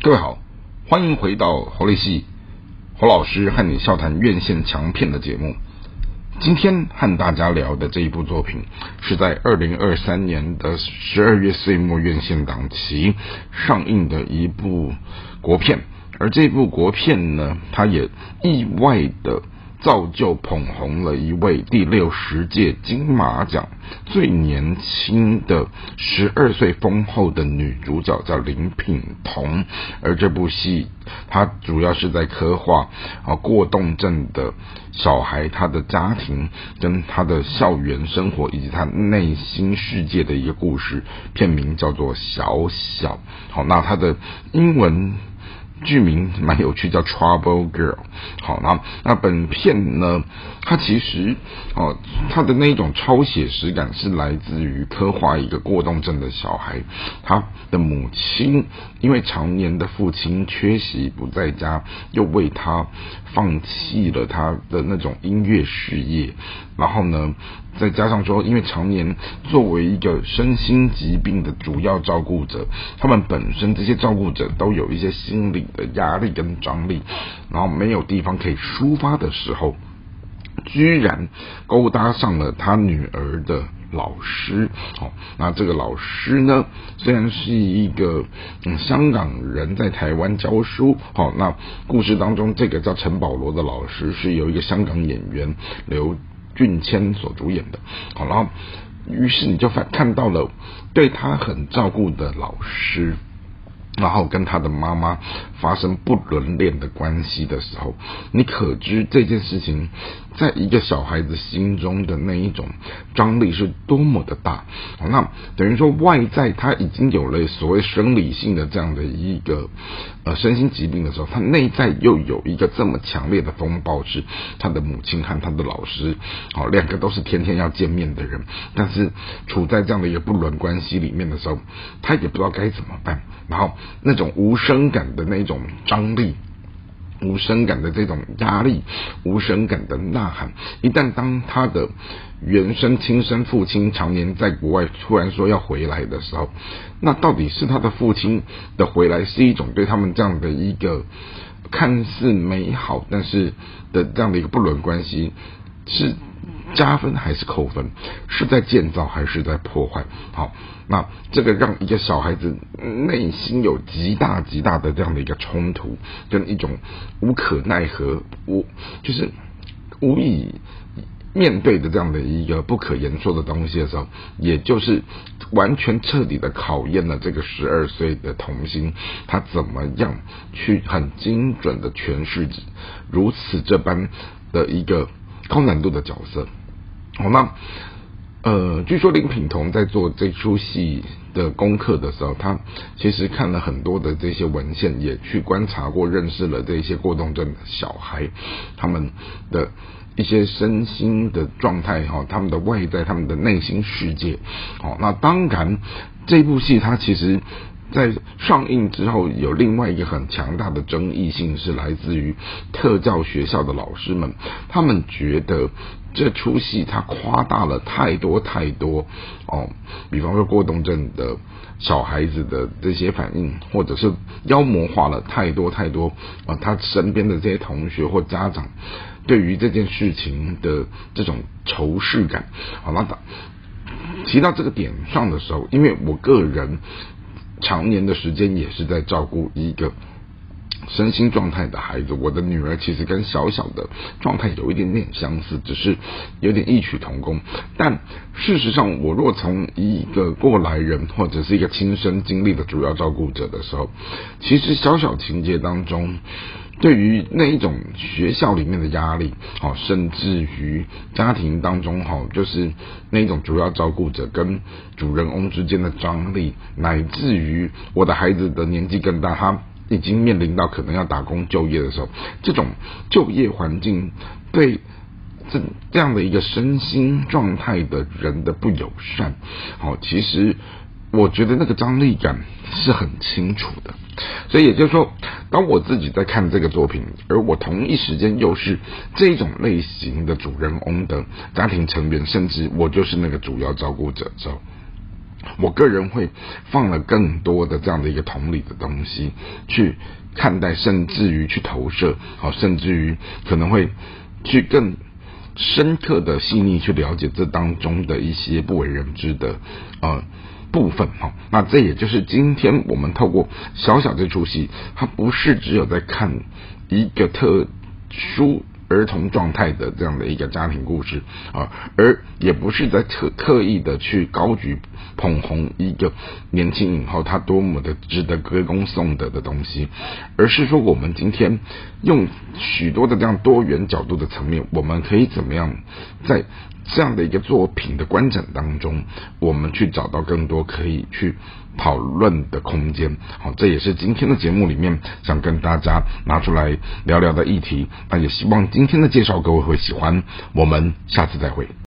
各位好，欢迎回到侯立系侯老师和你笑谈院线强片的节目。今天和大家聊的这一部作品是在2023年的12月岁末院线档期上映的一部国片，而这部国片呢，它也意外的造就捧红了一位第60届金马奖最年轻的12岁丰后的女主角，叫林品彤。而这部戏它主要是在刻画过动症的小孩他的家庭跟他的校园生活以及他内心世界的一个故事，片名叫做小小。好，那它的英文剧名蛮有趣，叫 Trouble Girl。 好，那本片呢，它其实它的那种超写实感是来自于刻画一个过动症的小孩，他的母亲因为常年的父亲缺席不在家，又为他放弃了他的那种音乐事业，然后呢再加上说因为常年作为一个身心疾病的主要照顾者，他们本身这些照顾者都有一些心理的压力跟张力，然后没有地方可以抒发的时候，居然勾搭上了他女儿的老师。那这个老师呢，虽然是一个香港人在台湾教书，那故事当中这个叫陈保罗的老师是由一个香港演员刘俊谦所主演的。然后于是你就看到了对他很照顾的老师，然后跟他的妈妈发生不伦恋的关系的时候，你可知这件事情在一个小孩子心中的那一种张力是多么的大。那等于说外在他已经有了所谓生理性的这样的一个身心疾病的时候，他内在又有一个这么强烈的风暴，是他的母亲和他的老师两个都是天天要见面的人，但是处在这样的一个不伦关系里面的时候，他也不知道该怎么办，然后那种无声感的那种张力，无声感的这种压力，无声感的呐喊，一旦当他的原生亲生父亲常年在国外突然说要回来的时候，那到底是他的父亲的回来是一种对他们这样的一个看似美好但是的这样的一个不伦关系是加分还是扣分，是在建造还是在破坏？好，那这个让一个小孩子内心有极大的这样的一个冲突，跟一种无可奈何，就是无以面对的这样的一个不可言说的东西的时候，也就是完全彻底的考验了这个12岁的童星，他怎么样去很精准的诠释如此这般的一个高难度的角色。好，那据说林品彤在做这出戏的功课的时候，他其实看了很多的这些文献，也去观察过认识了这些过动症的小孩，他们的一些身心的状态，他们的外在，他们的内心世界。那当然这部戏它其实在上映之后有另外一个很强大的争议性，是来自于特教学校的老师们，他们觉得这出戏它夸大了太多比方说过动症的小孩子的这些反应，或者是妖魔化了太多他身边的这些同学或家长对于这件事情的这种仇视感。好，那提到这个点上的时候，因为我个人常年的时间也是在照顾一个身心状态的孩子，我的女儿其实跟小小的状态有一点点相似，只是有点异曲同工。但事实上，我若从一个过来人或者是一个亲身经历的主要照顾者的时候，其实小情节当中对于那一种学校里面的压力，甚至于家庭当中就是那一种主要照顾者跟主人翁之间的张力，乃至于我的孩子的年纪更大，他已经面临到可能要打工就业的时候，这种就业环境对这样的一个身心状态的人的不友善，其实我觉得那个张力感是很清楚的。所以也就是说，当我自己在看这个作品，而我同一时间又是这种类型的主人翁的家庭成员，甚至我就是那个主要照顾者之后， 我个人会放了更多的这样的一个同理的东西去看待，甚至于去投射，甚至于可能会去更深刻的细腻去了解这当中的一些不为人知的部分。那这也就是今天我们透过小小这出戏，它不是只有在看一个特殊儿童状态的这样的一个家庭故事而也不是在刻意的去高举捧红一个年轻影后他多么的值得歌功颂德的东西，而是说我们今天用许多的这样多元角度的层面，我们可以怎么样在这样的一个作品的观展当中，我们去找到更多可以去讨论的空间。这也是今天的节目里面想跟大家拿出来聊聊的议题。那也希望今天的介绍各位会喜欢，我们下次再会。